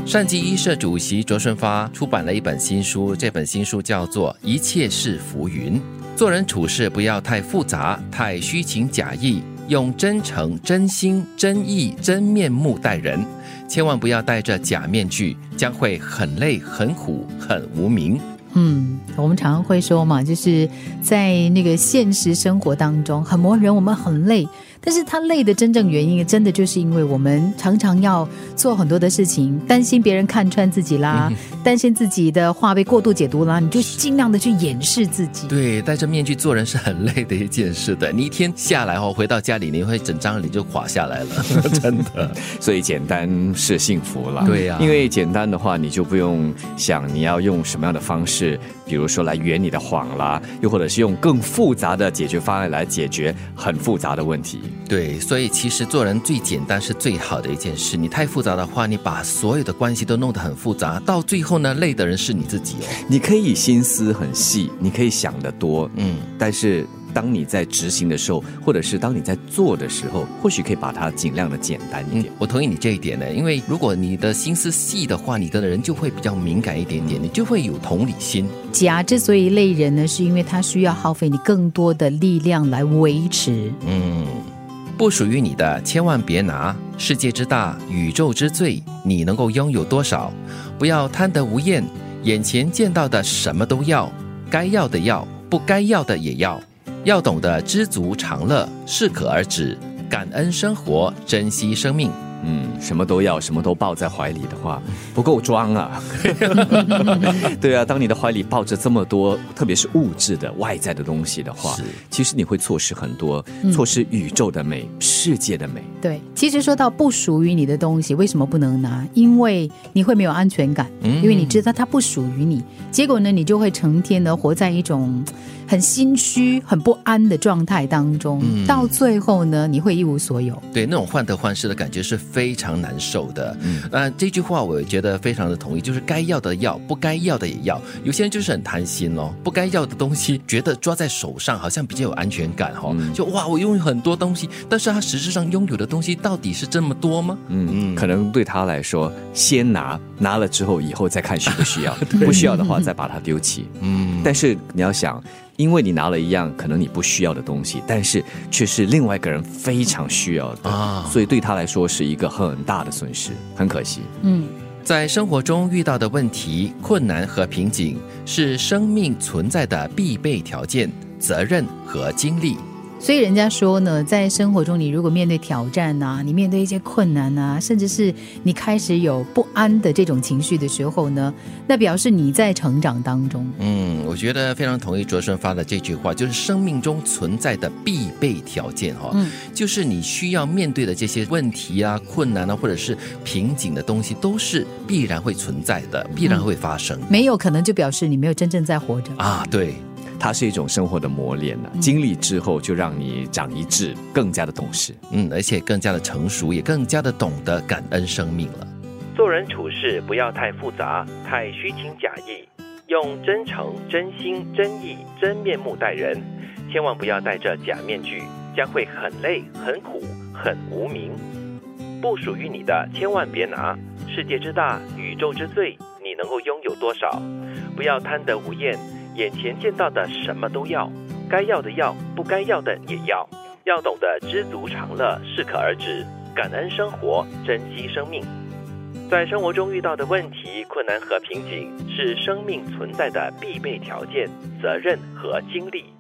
善济医社主席卓顺发出版了一本新书，这本新书叫做《一切是浮云》。做人处事不要太复杂，太虚情假意，用真诚、真心、真意、真面目待人，千万不要戴着假面具，将会很累、很苦、很无名。 我们常常会说嘛，就是在那个现实生活当中，很多人我们很累，但是他累的真正原因真的就是因为我们常常要做很多的事情，担心别人看穿自己啦，担心自己的话被过度解读啦，你就尽量的去掩饰自己。 对，戴着面具做人是很累的一件事的，你一天下来回到家里，你会整张脸就垮下来了真的。 所以简单是幸福了。 对呀， 因为简单的话你就不用想你要用什么样的方式，比如说来圆你的谎啦，又或者是用更复杂的解决方案来解决很复杂的问题。 对，所以其实做人最简单是最好的一件事，你太复杂的话，你把所有的关系都弄得很复杂，到最后呢，累的人是你自己哦。 你可以心思很细，你可以想得多，但是当你在执行的时候，或者是当你在做的时候，或许可以把它尽量的简单一点。 我同意你这一点呢，因为如果你的心思细的话，你的人就会比较敏感一点点，你就会有同理心。 假之所以累人呢，是因为它需要耗费你更多的力量来维持。 不属于你的千万别拿，世界之大，宇宙之最，你能够拥有多少？不要贪得无厌，眼前见到的什么都要，该要的要，不该要的也要。要懂得知足常乐，适可而止，感恩生活，珍惜生命。 什么都要，什么都抱在怀里的话，不够装啊。对啊，当你的怀里抱着这么多，特别是物质的外在的东西的话，其实你会错失很多，错失宇宙的美，世界的美。 对，其实说到不属于你的东西，为什么不能拿？因为你会没有安全感，因为你知道它不属于你，结果呢，你就会成天的活在一种很心虚、很不安的状态当中，到最后呢，你会一无所有。 对，那种患得患失的感觉是非常难受的。这句话我也觉得非常的同意，就是该要的要，不该要的也要。有些人就是很贪心哦，不该要的东西觉得抓在手上好像比较有安全感就哇，我拥有很多东西，但是他实质上拥有的东西到底是这么多吗？ 可能对他来说，先拿了之后，以后再看需不需要，不需要的话再把它丢弃。但是你要想，因为你拿了一样可能你不需要的东西，但是却是另外一个人非常需要的，所以对他来说是一个很大的损失，很可惜。 在生活中遇到的问题、困难和瓶颈是生命存在的必备条件、责任和经历。 所以人家说呢，在生活中你如果面对挑战啊，你面对一些困难啊，甚至是你开始有不安的这种情绪的时候呢，那表示你在成长当中。 我觉得非常同意卓顺发的这句话，就是生命中存在的必备条件就是你需要面对的这些问题啊、困难啊，或者是瓶颈的东西，都是必然会存在的，必然会发生。 没有可能就表示你没有真正在活着啊，对。 它是一种生活的磨练经历之后就让你长一智，更加的懂事， 而且更加的成熟，也更加的懂得感恩生命了。做人处事不要太复杂，太虚情假意，用真诚、真心、真意、真面目待人，千万不要戴着假面具，将会很累、很苦、很无名。不属于你的千万别拿，世界之大，宇宙之最，你能够拥有多少？不要贪得无厌，眼前见到的什么都要，该要的要，不该要的也要。要懂得知足常乐，适可而止，感恩生活，珍惜生命。在生活中遇到的问题、困难和瓶颈是生命存在的必备条件、责任和经历。